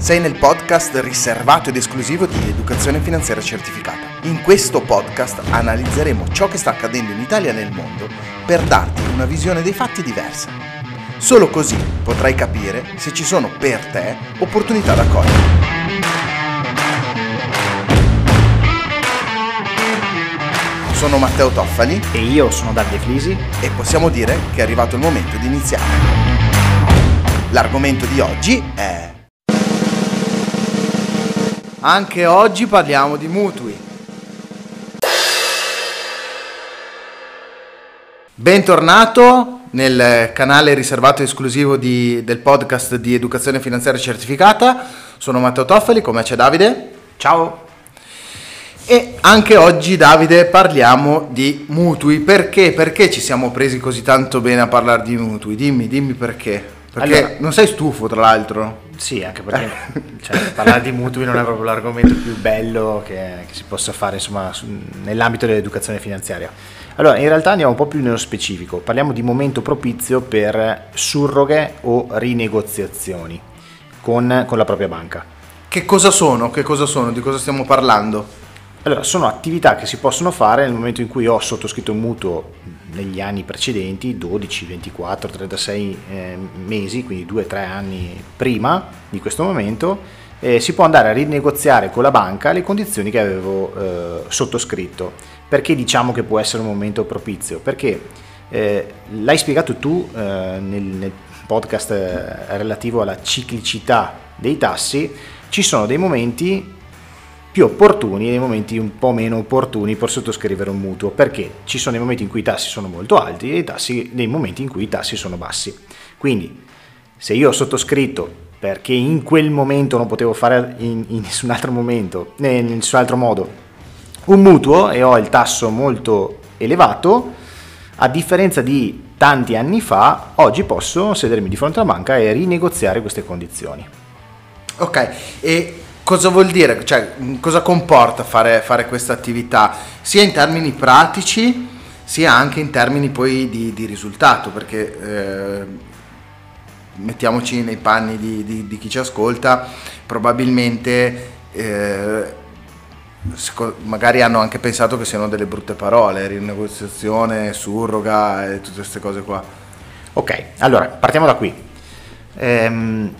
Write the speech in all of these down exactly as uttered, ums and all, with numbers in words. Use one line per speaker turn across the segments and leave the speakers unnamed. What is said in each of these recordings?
Sei nel podcast riservato ed esclusivo di Educazione Finanziaria Certificata. In questo podcast analizzeremo ciò che sta accadendo in Italia e nel mondo per darti una visione dei fatti diversa. Solo così potrai capire se ci sono per te opportunità da cogliere. Sono Matteo Toffali
e io sono Davide Flisi
e possiamo dire che è arrivato il momento di iniziare. L'argomento di oggi è...
Anche oggi parliamo di mutui. Bentornato nel canale riservato e esclusivo di, del podcast di Educazione Finanziaria Certificata. Sono Matteo Toffali, come c'è Davide?
Ciao!
E anche oggi, Davide, parliamo di mutui. Perché? Perché ci siamo presi così tanto bene a parlare di mutui? Dimmi, dimmi perché. Perché
allora,
non sei stufo, tra l'altro?
Sì, anche perché cioè, parlare di mutui non è proprio l'argomento più bello che, che si possa fare, insomma, su, nell'ambito dell'educazione finanziaria. Allora, in realtà andiamo un po' più nello specifico. Parliamo di momento propizio per surroghe o rinegoziazioni con, con la propria banca.
Che cosa sono? Che cosa sono? Di cosa stiamo parlando?
Allora, sono attività che si possono fare nel momento in cui ho sottoscritto un mutuo negli anni precedenti, dodici, ventiquattro, trentasei eh, mesi, quindi due tre anni prima di questo momento, eh, si può andare a rinegoziare con la banca le condizioni che avevo eh, sottoscritto. Perché diciamo che può essere un momento propizio? Perché eh, l'hai spiegato tu eh, nel, nel podcast eh, relativo alla ciclicità dei tassi, ci sono dei momenti più opportuni e dei momenti un po' meno opportuni per sottoscrivere un mutuo, perché ci sono dei momenti in cui i tassi sono molto alti e i tassi, dei momenti in cui i tassi sono bassi. Quindi se io ho sottoscritto perché in quel momento non potevo fare in, in nessun altro momento, in nessun altro modo, un mutuo e ho il tasso molto elevato, a differenza di tanti anni fa, oggi posso sedermi di fronte alla banca e rinegoziare queste condizioni.
Ok, e cosa vuol dire? Cioè, cosa comporta fare, fare questa attività? Sia in termini pratici, sia anche in termini poi di, di risultato, perché eh, mettiamoci nei panni di, di, di chi ci ascolta, probabilmente eh, magari hanno anche pensato che siano delle brutte parole, rinegoziazione, surroga e tutte queste cose qua.
Ok, allora partiamo da qui. Ehm,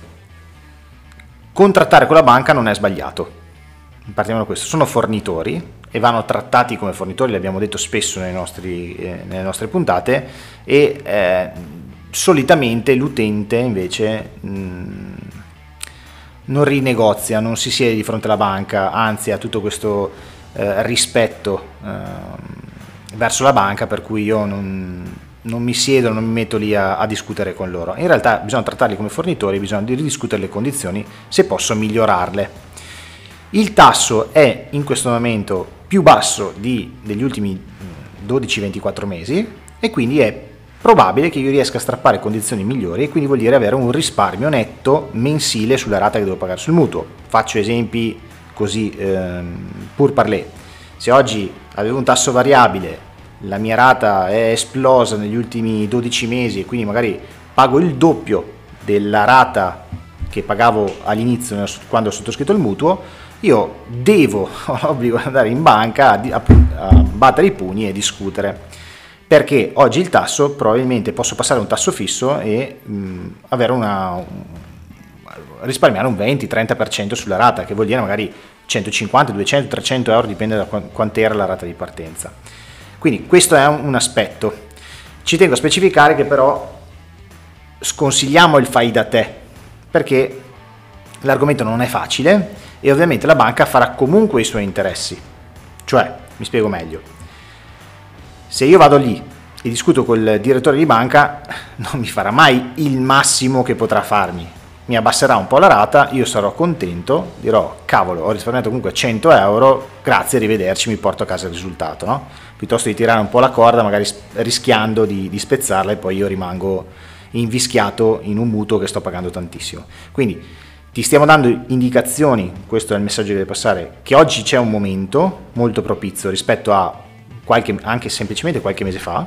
contrattare con la banca non è sbagliato, partiamo da questo. Sono fornitori e vanno trattati come fornitori, l'abbiamo detto spesso nei nostri, eh, nelle nostre puntate, e eh, solitamente l'utente invece mh, non rinegozia, non si siede di fronte alla banca, anzi ha tutto questo eh, rispetto eh, verso la banca, per cui io non, non mi siedo, non mi metto lì a, a discutere con loro. In realtà bisogna trattarli come fornitori, bisogna ridiscutere le condizioni se posso migliorarle. Il tasso è in questo momento più basso di, degli ultimi dodici ventiquattro mesi e quindi è probabile che io riesca a strappare condizioni migliori, e quindi vuol dire avere un risparmio netto mensile sulla rata che devo pagare sul mutuo. Faccio esempi così ehm, pur parlé. Se oggi avevo un tasso variabile, la mia rata è esplosa negli ultimi dodici mesi e quindi magari pago il doppio della rata che pagavo all'inizio quando ho sottoscritto il mutuo, io devo, ho l'obbligo di andare in banca a, a, a battere i pugni e discutere. Perché oggi il tasso, probabilmente posso passare a un tasso fisso e mh, avere una, un, risparmiare un venti trenta per cento sulla rata, che vuol dire magari centocinquanta, duecento, trecento euro, dipende da qu- quant'era la rata di partenza. Quindi questo è un, un aspetto. Ci tengo a specificare che però sconsigliamo il fai da te, perché l'argomento non è facile e ovviamente la banca farà comunque i suoi interessi. Cioè, mi spiego meglio. Se io vado lì e discuto col direttore di banca, non mi farà mai il massimo che potrà farmi. Mi abbasserà un po' la rata, io sarò contento, dirò cavolo, ho risparmiato comunque cento euro, grazie, arrivederci, mi porto a casa il risultato, no? Piuttosto di tirare un po' la corda, magari rischiando di, di spezzarla, e poi io rimango invischiato in un mutuo che sto pagando tantissimo. Quindi ti stiamo dando indicazioni, questo è il messaggio che deve passare, che oggi c'è un momento molto propizio rispetto a qualche, anche semplicemente qualche mese fa,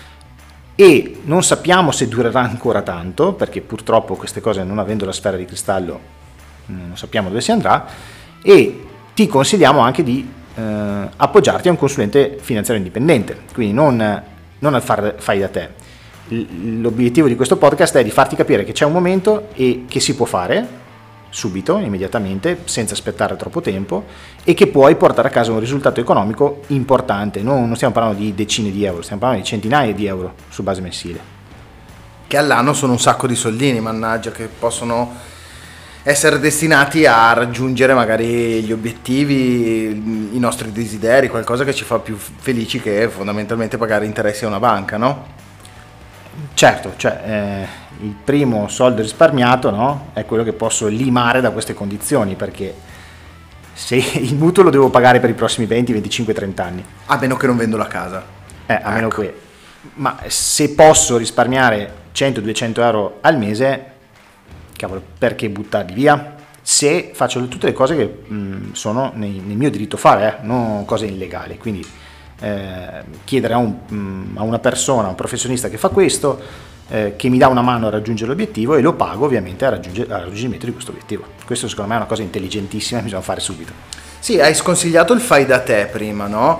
e non sappiamo se durerà ancora tanto, perché purtroppo queste cose, non avendo la sfera di cristallo, non sappiamo dove si andrà, e ti consigliamo anche di eh, appoggiarti a un consulente finanziario indipendente, quindi non, non al far, fai da te. L'obiettivo di questo podcast è di farti capire che c'è un momento e che si può fare subito, immediatamente, senza aspettare troppo tempo, e che puoi portare a casa un risultato economico importante. Non, non stiamo parlando di decine di euro, stiamo parlando di centinaia di euro su base mensile,
che all'anno sono un sacco di soldini, mannaggia, che possono essere destinati a raggiungere magari gli obiettivi, i nostri desideri, qualcosa che ci fa più felici che fondamentalmente pagare interessi a una banca, no?
Certo, cioè eh, il primo soldo risparmiato, no, è quello che posso limare da queste condizioni, perché se il mutuo lo devo pagare per i prossimi venti, venticinque, trenta anni.
A meno che non vendo la casa.
Eh, a ecco. meno che. Ma se posso risparmiare cento duecento euro al mese, cavolo, perché buttarli via? Se faccio tutte le cose che mh, sono nei, nel mio diritto fare, eh, non cose illegali, quindi eh, chiedere a, un, a una persona, a un professionista che fa questo, eh, che mi dà una mano a raggiungere l'obiettivo, e lo pago ovviamente a raggiungere, al raggiungimento di questo obiettivo. Questo secondo me è una cosa intelligentissima che bisogna fare subito.
Sì, hai sconsigliato il fai da te prima, no?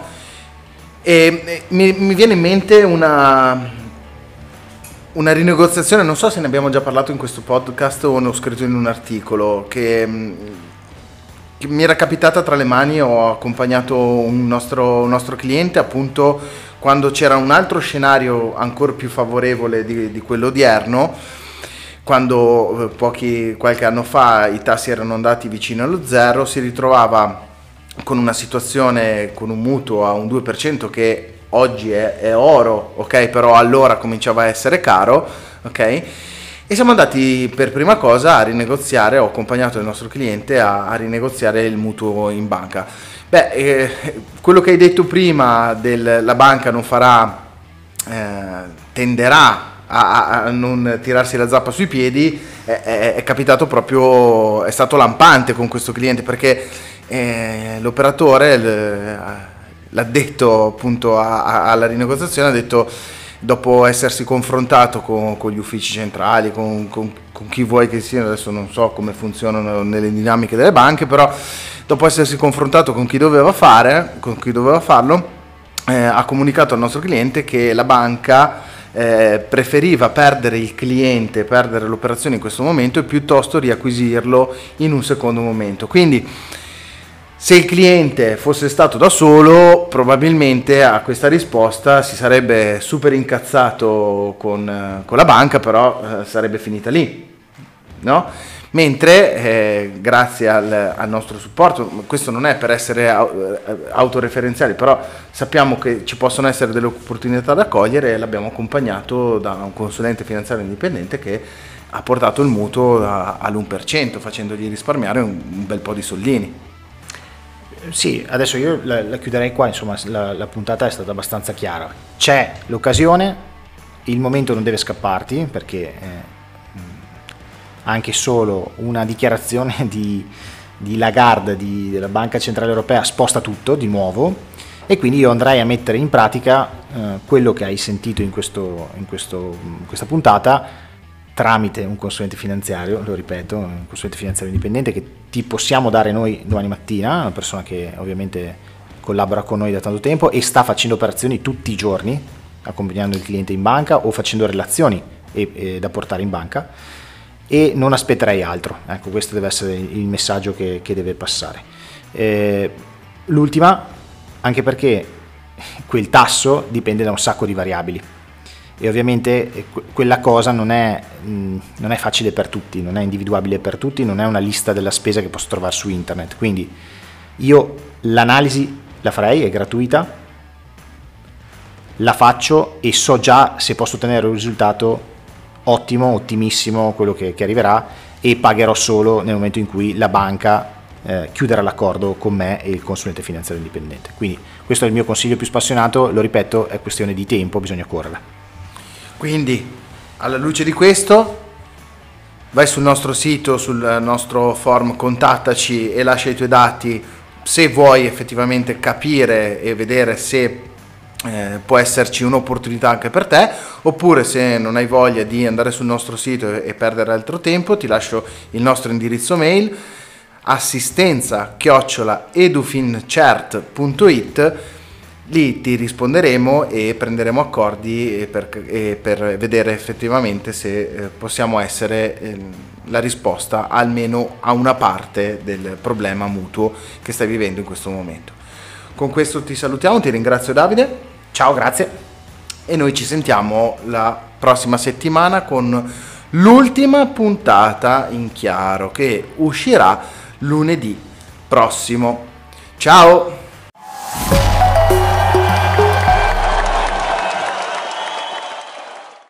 E, e mi, mi viene in mente una... una rinegoziazione, non so se ne abbiamo già parlato in questo podcast o ne ho scritto in un articolo, che, che mi era capitata tra le mani. Ho accompagnato un nostro, un nostro cliente appunto quando c'era un altro scenario ancora più favorevole di, di quello odierno, quando pochi, qualche anno fa i tassi erano andati vicino allo zero, si ritrovava con una situazione, con un mutuo a un due per cento che oggi è, è oro, ok, però allora cominciava a essere caro, ok, e siamo andati per prima cosa a rinegoziare, ho accompagnato il nostro cliente a, a rinegoziare il mutuo in banca. Beh, eh, quello che hai detto prima del la banca non farà, eh, tenderà a, a non tirarsi la zappa sui piedi, è, è, è capitato proprio, è stato lampante con questo cliente, perché eh, l'operatore, il, l'addetto appunto a, a, alla rinegoziazione, ha detto, dopo essersi confrontato con, con gli uffici centrali, con, con, con chi vuoi che siano, adesso non so come funzionano nelle dinamiche delle banche, però dopo essersi confrontato con chi doveva fare, con chi doveva farlo, eh, ha comunicato al nostro cliente che la banca eh, preferiva perdere il cliente, perdere l'operazione in questo momento, e piuttosto riacquisirlo in un secondo momento. Quindi se il cliente fosse stato da solo, probabilmente a questa risposta si sarebbe super incazzato con, con la banca, però eh, sarebbe finita lì, no? Mentre eh, grazie al, al nostro supporto, questo non è per essere autoreferenziali, però sappiamo che ci possono essere delle opportunità da cogliere, e l'abbiamo accompagnato da un consulente finanziario indipendente che ha portato il mutuo all'uno per cento, facendogli risparmiare un, un bel po' di soldini.
Sì, adesso io la, la chiuderei qua, insomma la, la puntata è stata abbastanza chiara. C'è l'occasione, il momento non deve scapparti, perché eh, anche solo una dichiarazione di, di Lagarde, di, della Banca Centrale Europea, sposta tutto di nuovo, e quindi io andrei a mettere in pratica eh, quello che hai sentito in, questo, in, questo, in questa puntata, tramite un consulente finanziario, lo ripeto, un consulente finanziario indipendente che ti possiamo dare noi domani mattina, una persona che ovviamente collabora con noi da tanto tempo e sta facendo operazioni tutti i giorni, accompagnando il cliente in banca o facendo relazioni e, e da portare in banca, e non aspetterei altro. Ecco, questo deve essere il messaggio che, che deve passare. Eh, l'ultima, anche perché quel tasso dipende da un sacco di variabili, e ovviamente quella cosa non è, non è facile per tutti, non è individuabile per tutti, non è una lista della spesa che posso trovare su internet. Quindi io l'analisi la farei, è gratuita, la faccio e so già se posso ottenere un risultato ottimo, ottimissimo, quello che, che arriverà, e pagherò solo nel momento in cui la banca eh, chiuderà l'accordo con me e il consulente finanziario indipendente. Quindi questo è il mio consiglio più spassionato, lo ripeto, è questione di tempo, bisogna correre.
Quindi, alla luce di questo, vai sul nostro sito, sul nostro forum, contattaci e lascia i tuoi dati se vuoi effettivamente capire e vedere se eh, può esserci un'opportunità anche per te, oppure se non hai voglia di andare sul nostro sito e, e perdere altro tempo, ti lascio il nostro indirizzo mail assistenza chiocciola edufincert punto it. Lì ti risponderemo e prenderemo accordi per, e per vedere effettivamente se eh, possiamo essere eh, la risposta almeno a una parte del problema mutuo che stai vivendo in questo momento. Con questo ti salutiamo, ti ringrazio Davide.
Ciao, grazie.
E noi ci sentiamo la prossima settimana con l'ultima puntata in chiaro che uscirà lunedì prossimo. Ciao!